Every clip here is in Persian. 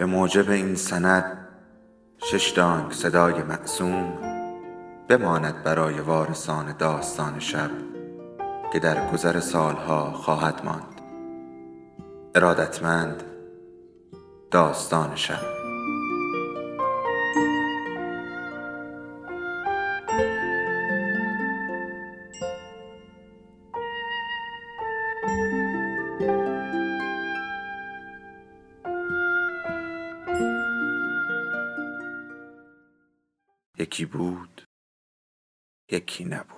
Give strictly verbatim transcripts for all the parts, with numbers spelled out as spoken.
به موجب این سند شش دانگ صدای معصوم بماند برای وارثان داستان شب که در گذر سالها خواهد ماند. ارادتمند، داستان شب. یکی بود، یکی نبود.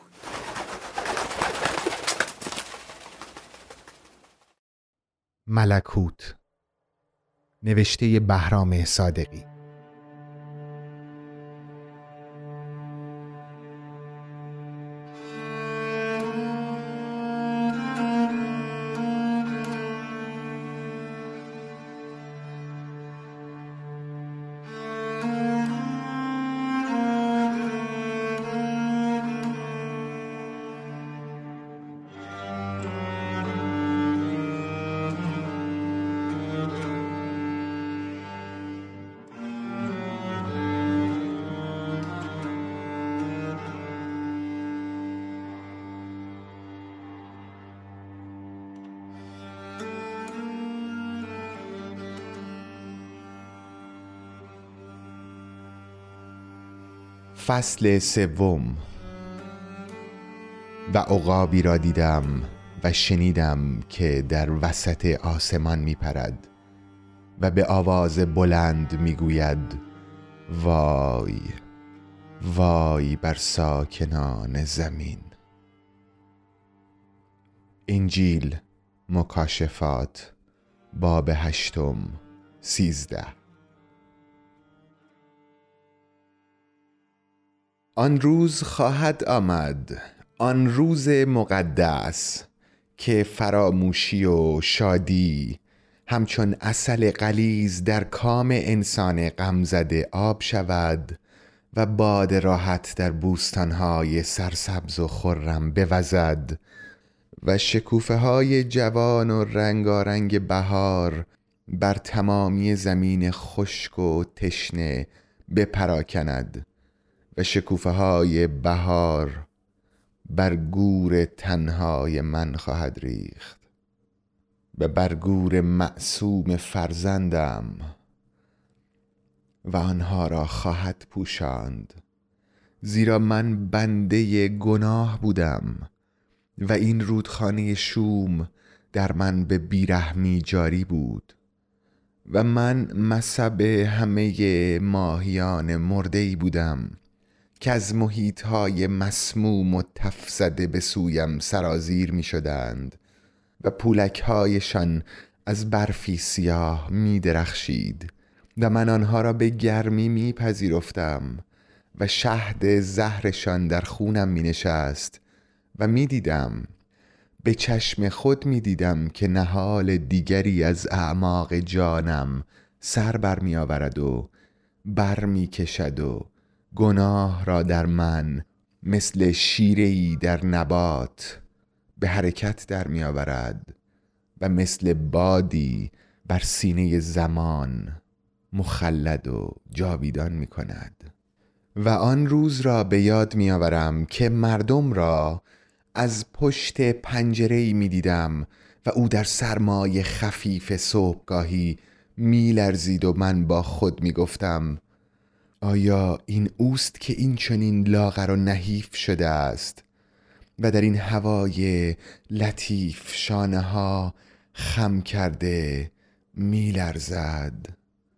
ملکوت، نوشته بهرام صادقی. فصل سوم. و عقابی را دیدم و شنیدم که در وسط آسمان می پرد و به آواز بلند می گوید وای وای بر ساکنان زمین. انجیل مکاشفات باب هشتم سیزده. آن روز خواهد آمد، آن روز مقدس که فراموشی و شادی همچون عسل غلیظ در کام انسان غمزده آب شود و باد راحت در بوستانهای سرسبز و خرم بوزد و شکوفه های جوان و رنگارنگ بهار بر تمامی زمین خشک و تشنه بپراکند و شکوفه های بهار بر گور تنهای من خواهد ریخت و بر گور معصوم فرزندم و آنها را خواهد پوشاند، زیرا من بنده گناه بودم و این رودخانه شوم در من به بیرحمی جاری بود و من مصب همه ماهیان مرده‌ای بودم که از محیطهای مسموم و تفسده به سویم سرازیر می شدند و پولکهایشان از برفی سیاه می درخشید و من آنها را به گرمی می پذیرفتم و شهد زهرشان در خونم می نشست و می دیدم، به چشم خود می دیدم که نهال دیگری از اعماق جانم سر بر می آورد و بر می کشد و گناه را در من مثل شیره‌ای در نبات به حرکت در می آورد و مثل بادی بر سینه زمان مخلد و جاویدان می کند. و آن روز را به یاد می آورم که مردم را از پشت پنجره‌ای می دیدم و او در سرمای خفیف صبحگاهی می لرزید و من با خود می گفتم آیا این اوست که این چنین لاغر و نحیف شده است و در این هوای لطیف شانه ها خم کرده می لرزد؟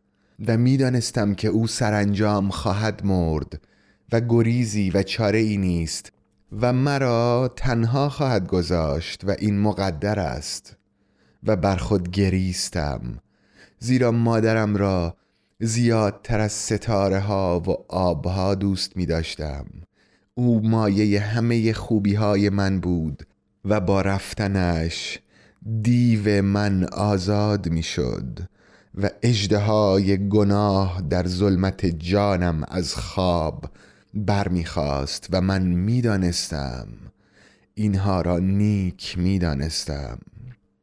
و می دانستم که او سرانجام خواهد مرد و گریزی و چاره ای نیست و مرا تنها خواهد گذاشت و این مقدر است. و بر خود گریستم، زیرا مادرم را زیادتر از ستاره ها و آبها دوست می داشتم. او مایه همه خوبی های من بود و با رفتنش دیو من آزاد می شد و اژدهای گناه در ظلمت جانم از خواب بر می خواست و من می دانستم، اینها را نیک می دانستم.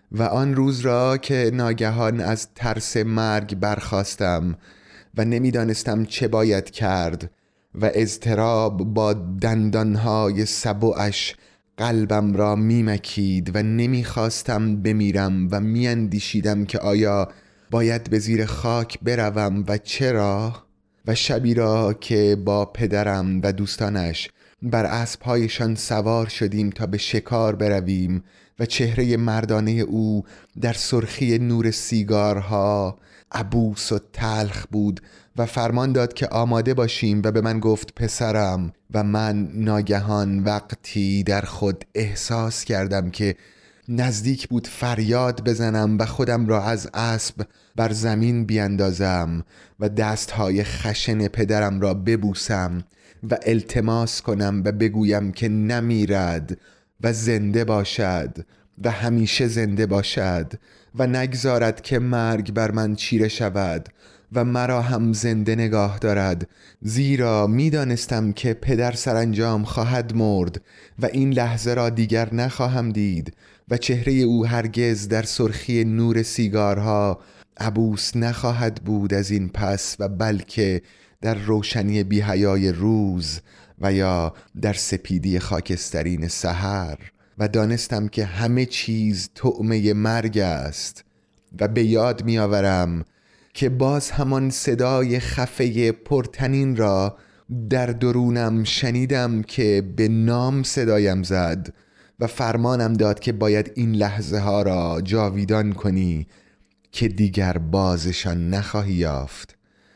و آن روز را که ناگهان از ترس مرگ برخاستم و نمیدانستم چه باید کرد و اضطراب با دندانهای سبوعش قلبم را میمکید و نمیخواستم بمیرم و میاندیشیدم که آیا باید به زیر خاک بروم و چرا؟ و شبی را که با پدرم و دوستانش بر اسب‌هایشان سوار شدیم تا به شکار برویم و چهره مردانه او در سرخی نور سیگارها عبوس و تلخ بود و فرمان داد که آماده باشیم و به من گفت پسرم، و من ناگهان وقتی در خود احساس کردم که نزدیک بود فریاد بزنم و خودم را از اسب بر زمین بیاندازم و دستهای خشن پدرم را ببوسم و التماس کنم و بگویم که نمیرد و زنده باشد و همیشه زنده باشد و نگذارد که مرگ بر من چیره شود و مرا هم زنده نگاه دارد، زیرا میدانستم که پدر سرانجام خواهد مرد و این لحظه را دیگر نخواهم دید و چهره او هرگز در سرخی نور سیگارها عبوس نخواهد بود از این پس، و بلکه در روشنی بی‌حیای روز و یا در سپیدی خاکسترین سحر. و دانستم که همه چیز طعمه مرگ است و به یاد می آورم که باز همان صدای خفه پرتنین را در درونم شنیدم که به نام صدایم زد و فرمانم داد که باید این لحظه ها را جاویدان کنی که دیگر بازشان نخواهی یافت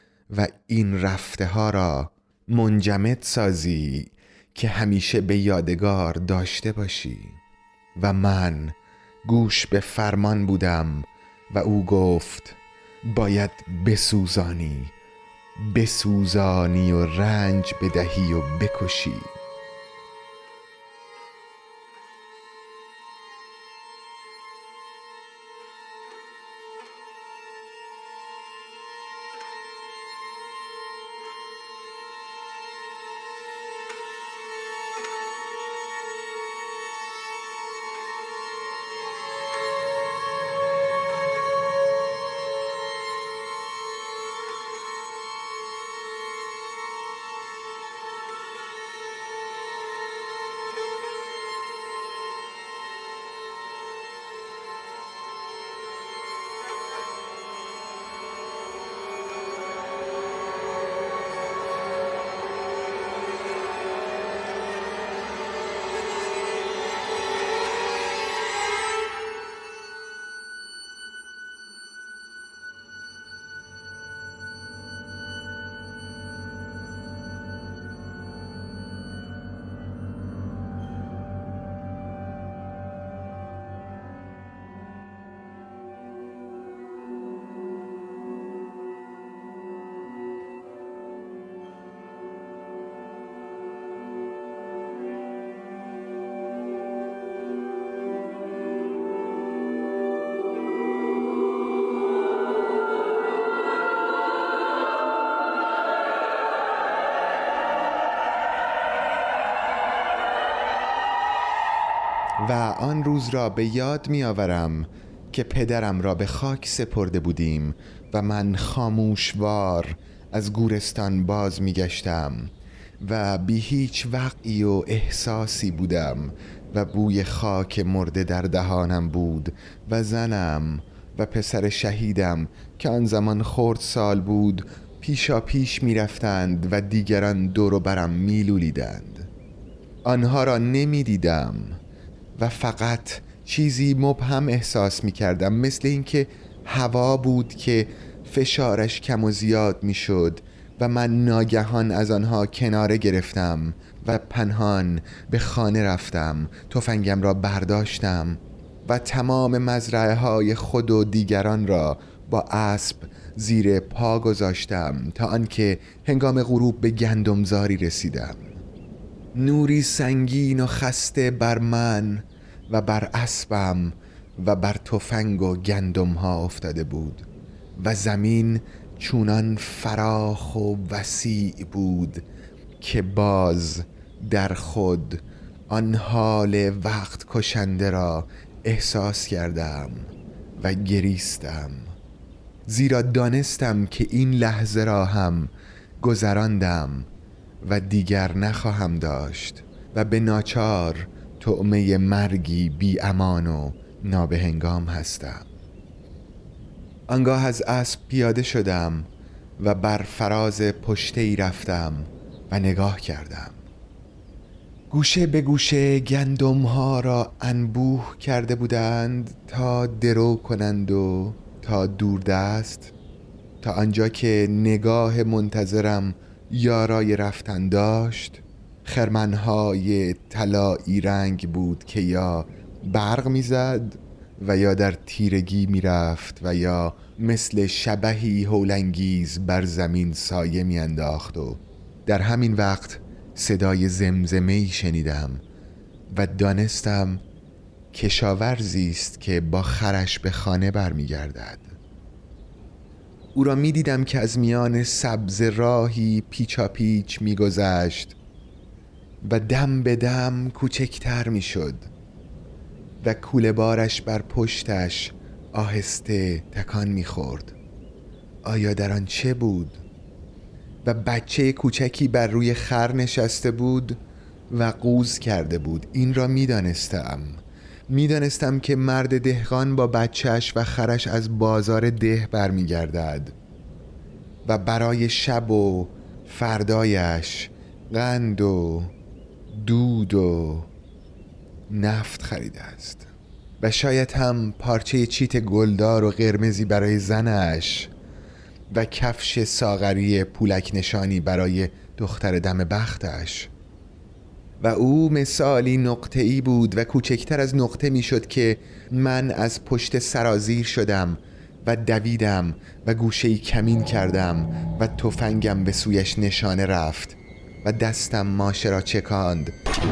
و این رفته ها را منجمد سازی که همیشه به یادگار داشته باشی. و من گوش به فرمان بودم و او گفت باید بسوزانی بسوزانی و رنج بدهی و بکشی. و آن روز را به یاد می آورم که پدرم را به خاک سپرده بودیم و من خاموشوار از گورستان باز می گشتم و بی هیچ وقعی و احساسی بودم و بوی خاک مرده در دهانم بود و زنم و پسر شهیدم که آن زمان خرد سال بود پیشا پیش می رفتند و دیگران دور و برم می لولیدند. آنها را نمی دیدم و فقط چیزی مبهم احساس می کردم، مثل اینکه هوا بود که فشارش کم و زیاد می شد و من ناگهان از آنها کناره گرفتم و پنهان به خانه رفتم، تفنگم را برداشتم و تمام مزرعه های خود و دیگران را با اسب زیر پا گذاشتم تا آنکه هنگام غروب به گندمزاری رسیدم. نوری سنگین و خسته بر من و بر اسبم و بر تفنگ و گندم ها افتاده بود و زمین چونان فراخ و وسیع بود که باز در خود آن حال وقت کشنده را احساس کردم و گریستم، زیرا دانستم که این لحظه را هم گذراندم و دیگر نخواهم داشت و به ناچار طعمه مرگی بی امان و نابهنگام هستم. آنگاه از اسب پیاده شدم و بر فراز پشته‌ای رفتم و نگاه کردم. گوشه به گوشه گندم ها را انبوه کرده بودند تا درو کنند و تا دوردست، تا آنجا که نگاه منتظرم یارای رفتن داشت خرمنهای طلایی رنگ بود که یا برق میزد و یا در تیرگی میرفت و یا مثل شبحی هولانگیز بر زمین سایه میانداخت. و در همین وقت صدای زمزمه‌ای شنیدم و دانستم کشاورزی است که با خرش به خانه برمیگردد. او را می دیدم که از میان سبز راهی پیچا پیچ می گذشت و دم به دم کوچکتر می شد و کوله بارش بر پشتش آهسته تکان می خورد. آیا در آن چه بود؟ و بچه کوچکی بر روی خر نشسته بود و قوز کرده بود. این را می دانستم می دانستم که مرد دهقان با بچهش و خرش از بازار ده برمی گردد و برای شب و فردایش قند و دود و نفت خریده است و شاید هم پارچه چیت گلدار و قرمزی برای زنش و کفش ساغری پولک نشانی برای دختر دم بختش. و او مثالی نقطه‌ای بود و کوچکتر از نقطه می شد که من از پشت سرازیر شدم و دویدم و گوشه‌ای کمین کردم و تفنگم به سویش نشانه رفت و دستم ماشه را چکاند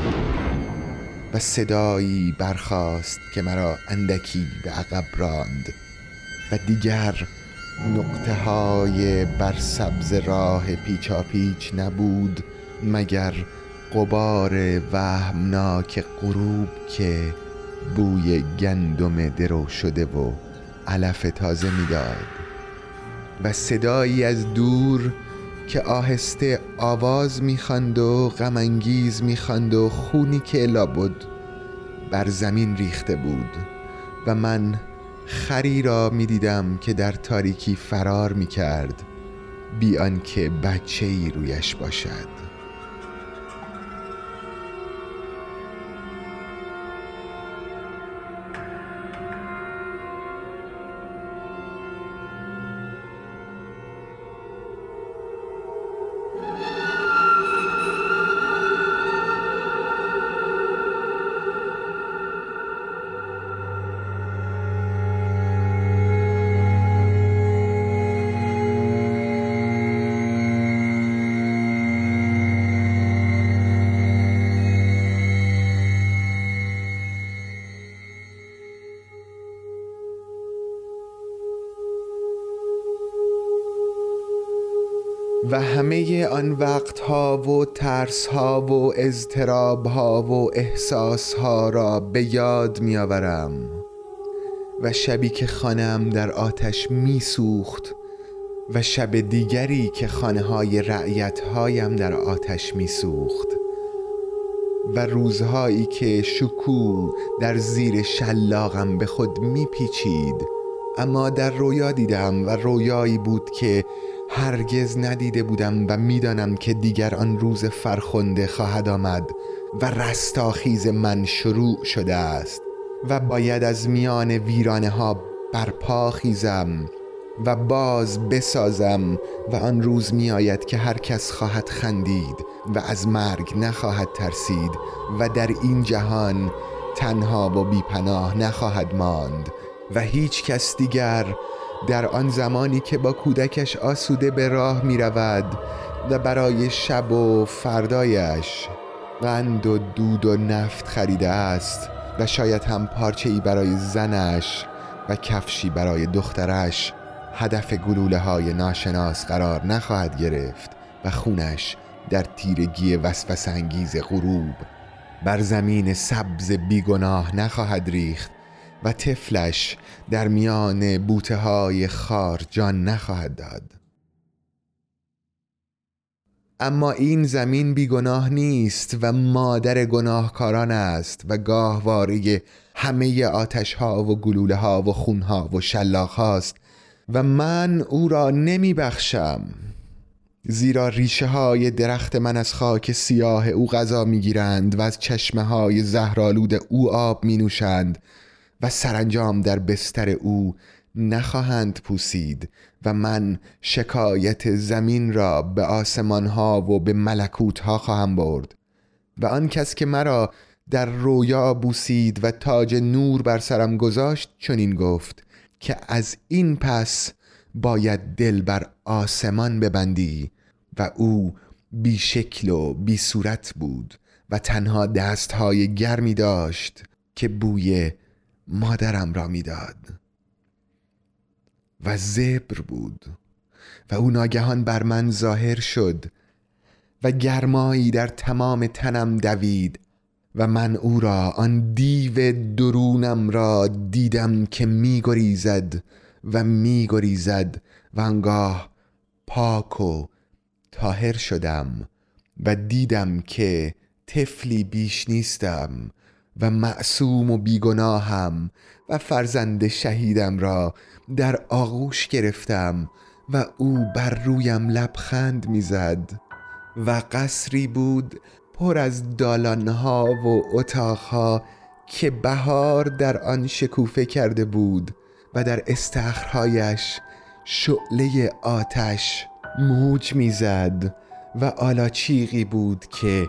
و صدایی برخاست که مرا اندکی به عقب راند و دیگر نقطه های بر سبز راه پیچا پیچ نبود مگر غبار وهمناک غروب که بوی گندم درو شده و علف تازه میداد و صدایی از دور که آهسته آواز میخواند و غم انگیز میخواند و خونی که لابد بر زمین ریخته بود و من خری را میدیدم که در تاریکی فرار میکرد بی آنکه بچه‌ای رویش باشد. و همه آن وقتها و ترسها و اضطرابها و احساسها را به یاد می آورم و شبی که خانه‌ام در آتش می سوخت و شب دیگری که خانه های رعیت‌هایم در آتش می سوخت و روزهایی که شکوه در زیر شلاقم به خود می پیچید، اما در رویا دیدم و رویایی بود که هرگز ندیده بودم و میدانم که دیگر آن روز فرخنده خواهد آمد و رستاخیز من شروع شده است و باید از میان ویرانه ها برپا خیزم و باز بسازم و آن روز می آید که هر کس خواهد خندید و از مرگ نخواهد ترسید و در این جهان تنها و بیپناه نخواهد ماند و هیچ کس دیگر در آن زمانی که با کودکش آسوده به راه می رود و برای شب و فردایش قند و دود و نفت خریده است و شاید هم پارچه‌ای برای زنش و کفشی برای دخترش هدف گلوله های ناشناس قرار نخواهد گرفت و خونش در تیرگی وسوسه‌انگیز غروب بر زمین سبز بیگناه نخواهد ریخت و طفلش در میان بوته های خار جان نخواهد داد. اما این زمین بیگناه نیست و مادر گناهکاران است و گاهواره همه آتش ها و گلوله ها و خون ها و شلاق هاست و من او را نمی بخشم، زیرا ریشه های درخت من از خاک سیاه او غذا می گیرند و از چشمه های زهرآلود او آب می نوشند و سرانجام در بستر او نخواهند پوسید و من شکایت زمین را به آسمان ها و به ملکوت ها خواهم برد. و آن کس که مرا در رویا بوسید و تاج نور بر سرم گذاشت چنین گفت که از این پس باید دل بر آسمان ببندی. و او بی شکل و بی صورت بود و تنها دستهای گرمی داشت که بوی مادرم را میداد و زبر بود و او ناگهان بر من ظاهر شد و گرمایی در تمام تنم دوید و من او را، آن دیو درونم را دیدم که می گریزد و می گریزد و آنگاه پاک و طاهر شدم و دیدم که طفلی بیش نیستم و معصوم و بیگناهم و فرزند شهیدم را در آغوش گرفتم و او بر رویم لبخند میزد و قصری بود پر از دالانها و اتاقها که بهار در آن شکوفه کرده بود و در استخرهایش شعله آتش موج میزد و آلاچیقی بود که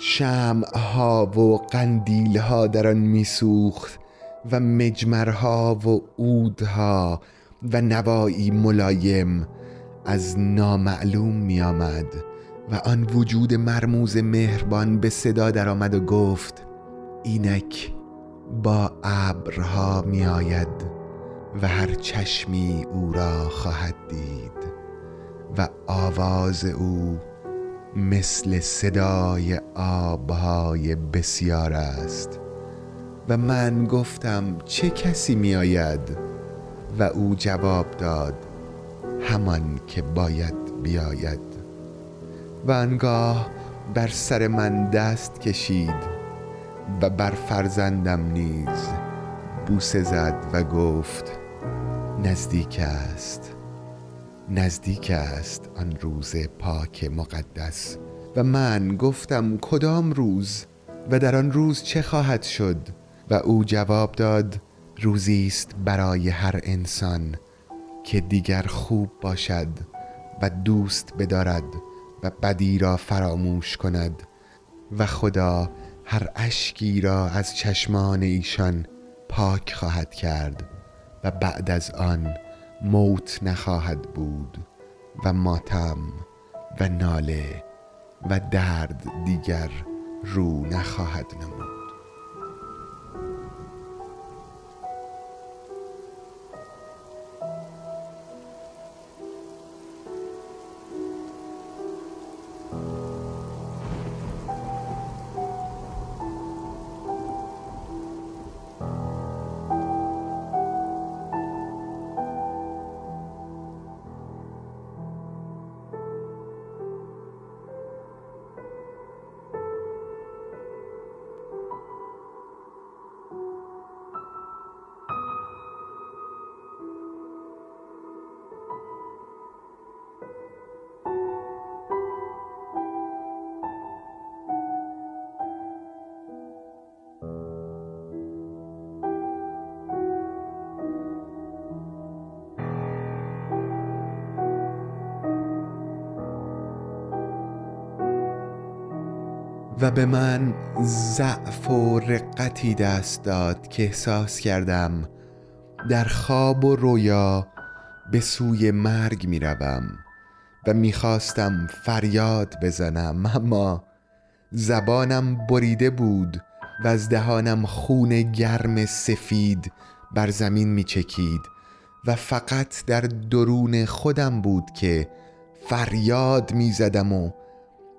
شمعها و قندیلها در آن میسوخت و مجمرها و عودها و نوایی ملایم از نامعلوم می آمد و آن وجود مرموز مهربان به صدا در آمد و گفت اینک با ابرها می آید و هر چشمی او را خواهد دید و آواز او مثل صدای آبهای بسیار است. و من گفتم چه کسی می آید؟ و او جواب داد همان که باید بیاید. و آنگاه بر سر من دست کشید و بر فرزندم نیز بوسه زد و گفت نزدیک است، نزدیک است آن روز پاک مقدس. و من گفتم کدام روز و در آن روز چه خواهد شد؟ و او جواب داد روزی است برای هر انسان که دیگر خوب باشد و دوست بدارد و بدی را فراموش کند و خدا هر اشکی را از چشمان ایشان پاک خواهد کرد و بعد از آن موت نخواهد بود و ماتم و ناله و درد دیگر رو نخواهد نمود. و به من ضعف و رقتی دست داد که احساس کردم در خواب و رویا به سوی مرگ می روم و می خواستم فریاد بزنم، اما زبانم بریده بود و از دهانم خون گرم سفید بر زمین می چکید و فقط در درون خودم بود که فریاد می زدم و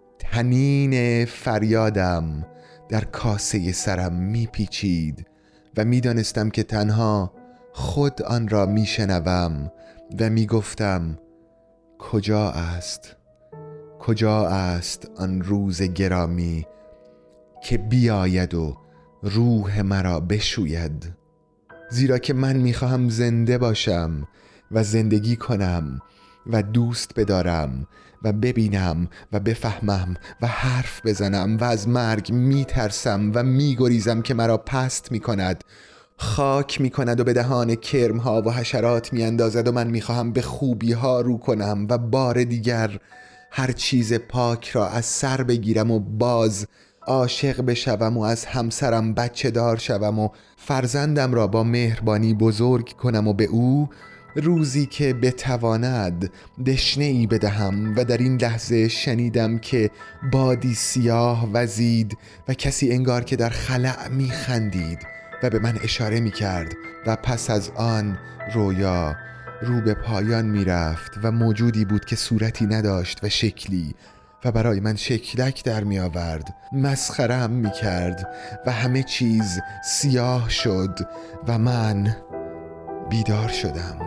تنین فریادم در کاسه سرم می پیچید و می دانستم که تنها خود آن را می شنوم و می گفتم کجا است؟ کجا است آن روز گرامی که بیاید و روح مرا بشوید؟ زیرا که من می خواهم زنده باشم و زندگی کنم و دوست بدارم و ببینم و بفهمم و حرف بزنم و از مرگ می ترسم و می گریزم که مرا پست می کند، خاک می کند و به دهان کرم ها و حشرات می اندازد و من می خواهم به خوبی ها رو کنم و بار دیگر هر چیز پاک را از سر بگیرم و باز عاشق بشوم و از همسرم بچه دار شوم و فرزندم را با مهربانی بزرگ کنم و به او روزی که بتواند دشنه ای بدهم. و در این لحظه شنیدم که بادی سیاه وزید و کسی انگار که در خلأ می خندید و به من اشاره می کرد و پس از آن رویا رو به پایان می رفت و موجودی بود که صورتی نداشت و شکلی و برای من شکلک در می آورد، مسخره‌ام می کرد و همه چیز سیاه شد و من بیدار شدم.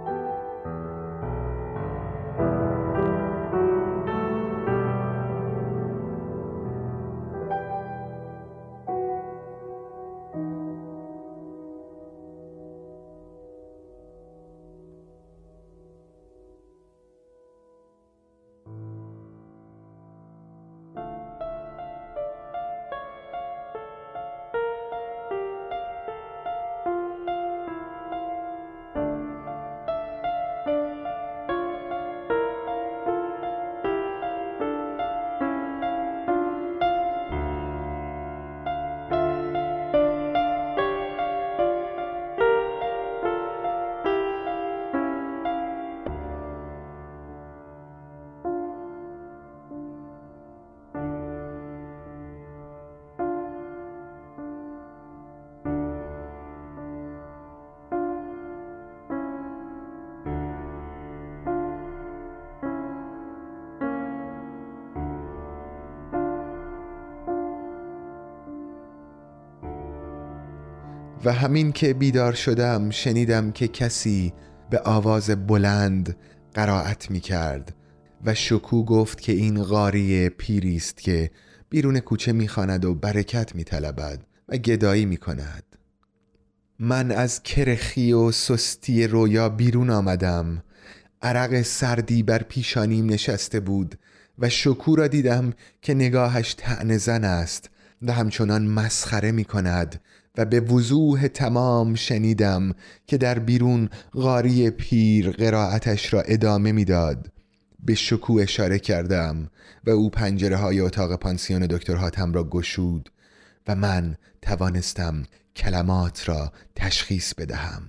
و همین که بیدار شدم شنیدم که کسی به آواز بلند قرائت می کرد و شکو گفت که این قاری پیری است که بیرون کوچه می خواند و برکت می طلبد و گدایی می کند. من از کرخی و سستی رویا بیرون آمدم. عرق سردی بر پیشانیم نشسته بود و شکو را دیدم که نگاهش طعنه زن است و همچنان مسخره می کند و به وضوح تمام شنیدم که در بیرون قاری پیر قرائتش را ادامه میداد. به شکو اشاره کردم و او پنجره های اتاق پانسیون دکتر حاتم را گشود و من توانستم کلمات را تشخیص بدهم.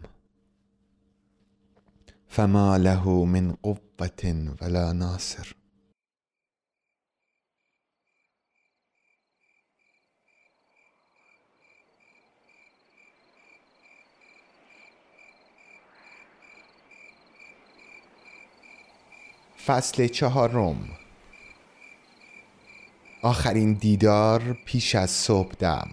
فما له من قوة ولا ناصر. فصل چهارم. آخرین دیدار پیش از صبح دم.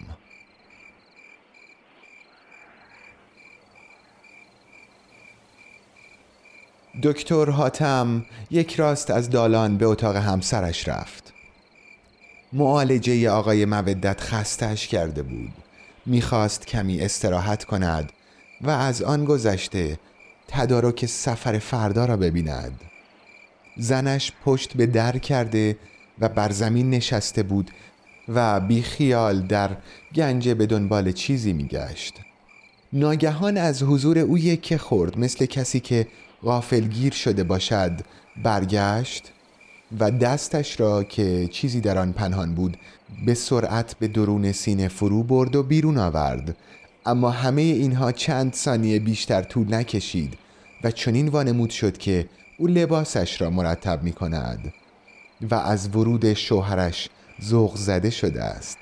دکتر حاتم یک راست از دالان به اتاق همسرش رفت. معالجه آقای مودت خسته‌اش کرده بود. میخواست کمی استراحت کند و از آن گذشته تدارک سفر فردا را ببیند. زنش پشت به در کرده و بر زمین نشسته بود و بی خیال در گنجه به دنبال چیزی میگشت. ناگهان از حضور او یکی خورد، مثل کسی که غافلگیر شده باشد برگشت و دستش را که چیزی در آن پنهان بود به سرعت به درون سینه فرو برد و بیرون آورد. اما همه اینها چند ثانیه بیشتر طول نکشید و چنین وانمود شد که او لباسش را مرتب می کند و از ورود شوهرش ذوق زده شده است.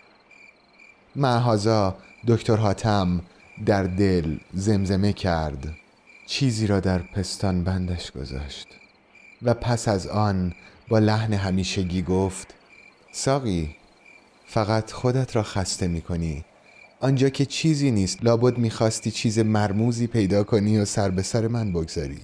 معاذا دکتر حاتم در دل زمزمه کرد، چیزی را در پستان بندش گذاشت و پس از آن با لحن همیشگی گفت، ساقی، فقط خودت را خسته می کنی آنجا که چیزی نیست، لابد میخواستی چیز مرموزی پیدا کنی و سر به سر من بگذاری.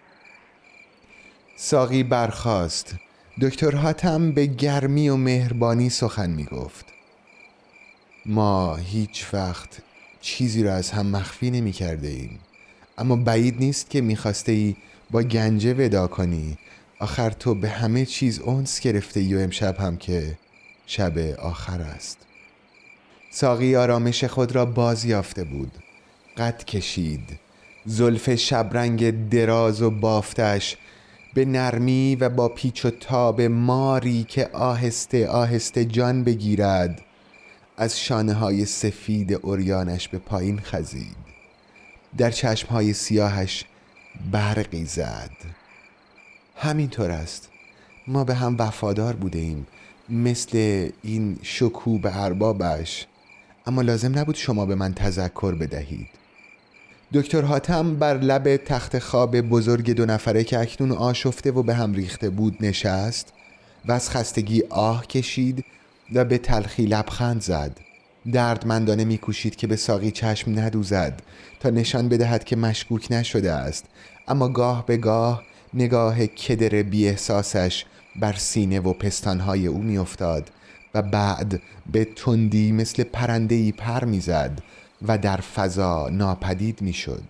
ساقی برخاست. دکتر حاتم به گرمی و مهربانی سخن میگفت. ما هیچ وقت چیزی را از هم مخفی نمی کرده ایم، اما بعید نیست که میخواسته ای با گنجه ودا کنی. آخر تو به همه چیز انس گرفته ای و امشب هم که شب آخر است. ساقی آرامش خود را باز یافته بود. قد کشید. زلف شبرنگ دراز و بافتش به نرمی و با پیچ و تاب ماری که آهسته آهسته جان بگیرد از شانه های سفید عریانش به پایین خزید. در چشم های سیاهش برقی زد. همینطور است. ما به هم وفادار بوده ایم مثل این شکوه به اربابش، اما لازم نبود شما به من تذکر بدهید. دکتر حاتم بر لب تخت خواب بزرگ دو نفره که اکنون آشفته و به هم ریخته بود نشست و از خستگی آه کشید و به تلخی لبخند زد. دردمندانه می‌کوشید که به ساقی چشم ندوزد تا نشان بدهد که مشکوک نشده است، اما گاه به گاه نگاه کدر بی احساسش بر سینه و پستانهای او می‌افتاد و بعد به تندی مثل پرنده‌ای پر می‌زد و در فضا ناپدید می‌شد.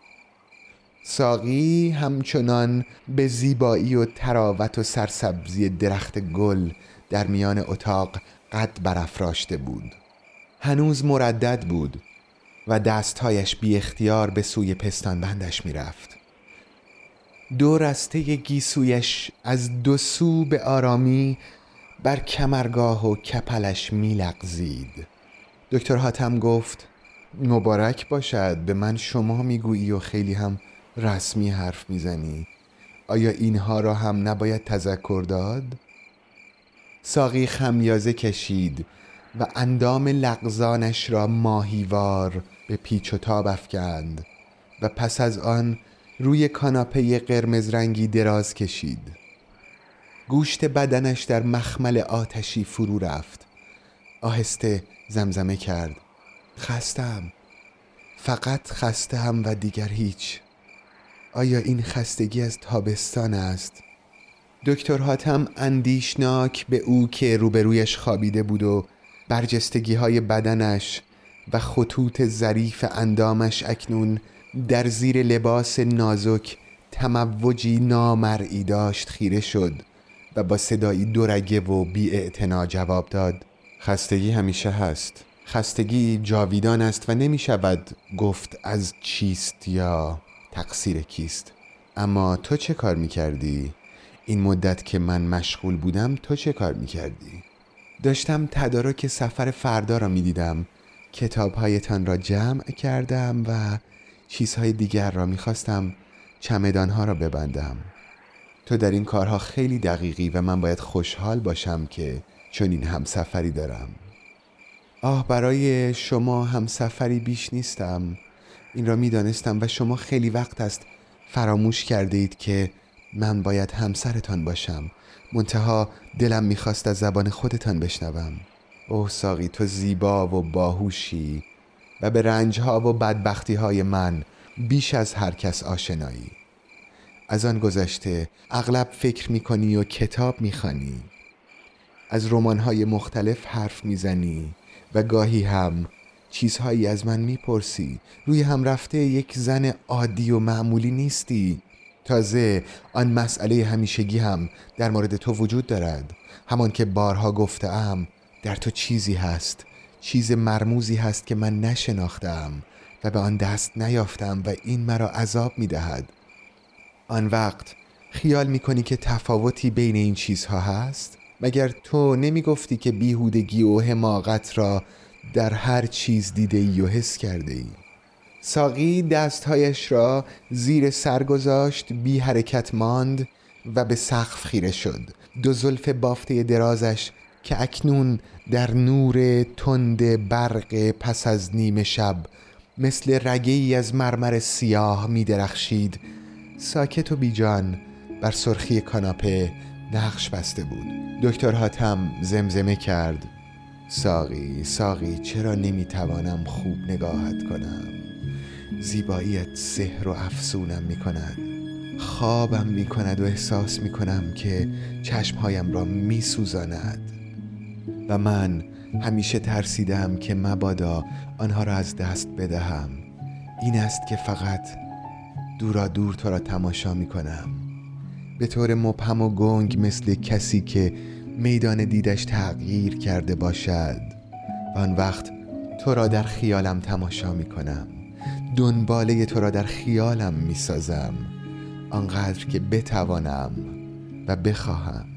ساقی همچنان به زیبایی و تراوت و سرسبزی درخت گل در میان اتاق قد برافراشته بود. هنوز مردد بود و دستهایش بی اختیار به سوی پستان بندش می رفت. دو رسته گیسویش از دو سو به آرامی بر کمرگاه و کپلش می لغزید. دکتر حاتم گفت مبارک باشد، به من شما می گویی و خیلی هم رسمی حرف می زنی. آیا اینها را هم نباید تذکر داد؟ ساقی خمیازه کشید و اندام لغزانش را ماهیوار به پیچ و تاب افکند و پس از آن روی کاناپه قرمز رنگی دراز کشید. گوشت بدنش در مخمل آتشی فرو رفت. آهسته زمزمه کرد خستم، فقط خستم و دیگر هیچ. آیا این خستگی از تابستان است؟ دکتر حاتم اندیشناک به او که روبرویش خوابیده بود و برجستگی های بدنش و خطوط ظریف اندامش اکنون در زیر لباس نازک تموجی نامرئی داشت خیره شد و با صدایی دورگه و بی‌اعتنا جواب داد خستگی همیشه هست. خستگی جاویدان است و نمی شود گفت از چیست یا تقصیر کیست. اما تو چه کار می کردی؟ این مدت که من مشغول بودم تو چه کار می کردی؟ داشتم تدارک سفر فردا را می دیدم. کتابهایتان را جمع کردم و چیزهای دیگر را می خواستم چمدانها را ببندم. تو در این کارها خیلی دقیقی و من باید خوشحال باشم که چون این همسفری دارم. آه برای شما همسفری بیش نیستم. این را می دانستم و شما خیلی وقت است فراموش کرده اید که من باید همسرتان باشم. منتها دلم میخواست از زبان خودتان بشنوم. اوه ساقی تو زیبا و باهوشی و به رنجها و بدبختیهای من بیش از هر کس آشنایی. از آن گذشته اغلب فکر میکنی و کتاب میخوانی، از رمانهای مختلف حرف میزنی و گاهی هم چیزهایی از من میپرسی. روی هم رفته یک زن عادی و معمولی نیستی. تازه آن مسئله همیشگی هم در مورد تو وجود دارد. همان که بارها گفتم در تو چیزی هست، چیز مرموزی هست که من نشناختم و به آن دست نیافتم و این مرا عذاب میدهد. آن وقت خیال میکنی که تفاوتی بین این چیزها هست؟ مگر تو نمیگفتی که بیهودگی و حماقت را در هر چیز دیده ای و حس کرده ای؟ ساقی دستهایش را زیر سر گذاشت، بی حرکت ماند و به سقف خیره شد. دو زلف بافته درازش که اکنون در نور تند برق پس از نیمه شب مثل رگه‌ای از مرمر سیاه می درخشید، ساکت و بیجان بر سرخی کاناپه نقش بسته بود. دکتر حاتم زمزمه کرد ساقی ساقی چرا نمیتوانم خوب نگاهت کنم؟ زیباییت سحر و افسونم میکند. خوابم میکند و احساس میکنم که چشمهایم را میسوزاند و من همیشه ترسیدم که مبادا آنها را از دست بدهم. این است که فقط دورا دور تو را تماشا میکنم، به طور مبهم و گنگ، مثل کسی که میدان دیدش تغییر کرده باشد و آن وقت تو را در خیالم تماشا میکنم، دنباله تو را در خیالم میسازم، آنقدر که بتوانم و بخواهم.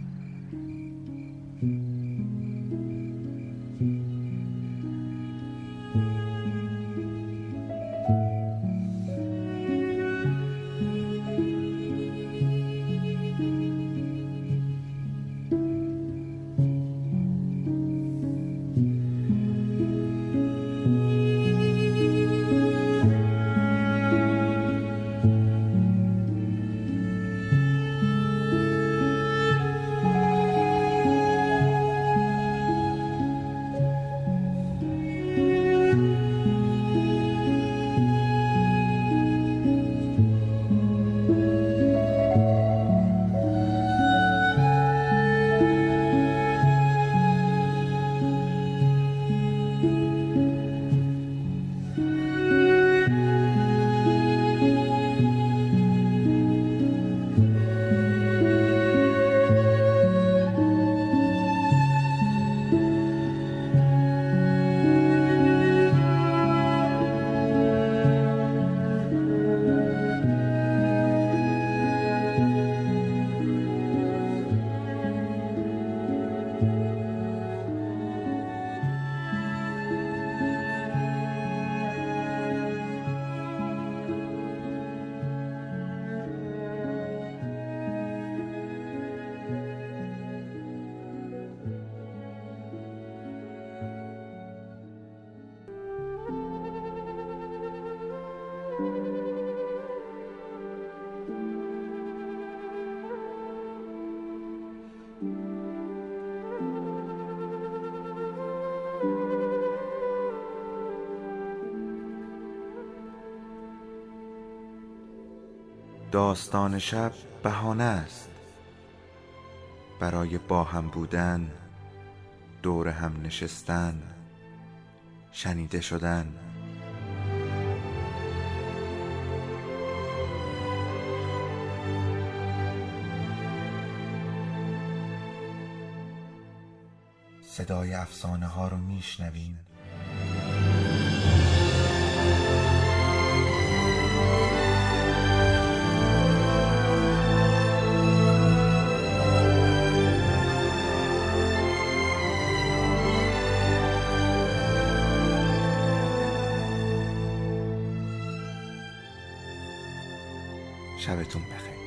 داستان شب بهانه است برای با هم بودن، دور هم نشستن، شنیده شدن. صدای افسانه ها رو میشنویم. شبتون بخیر.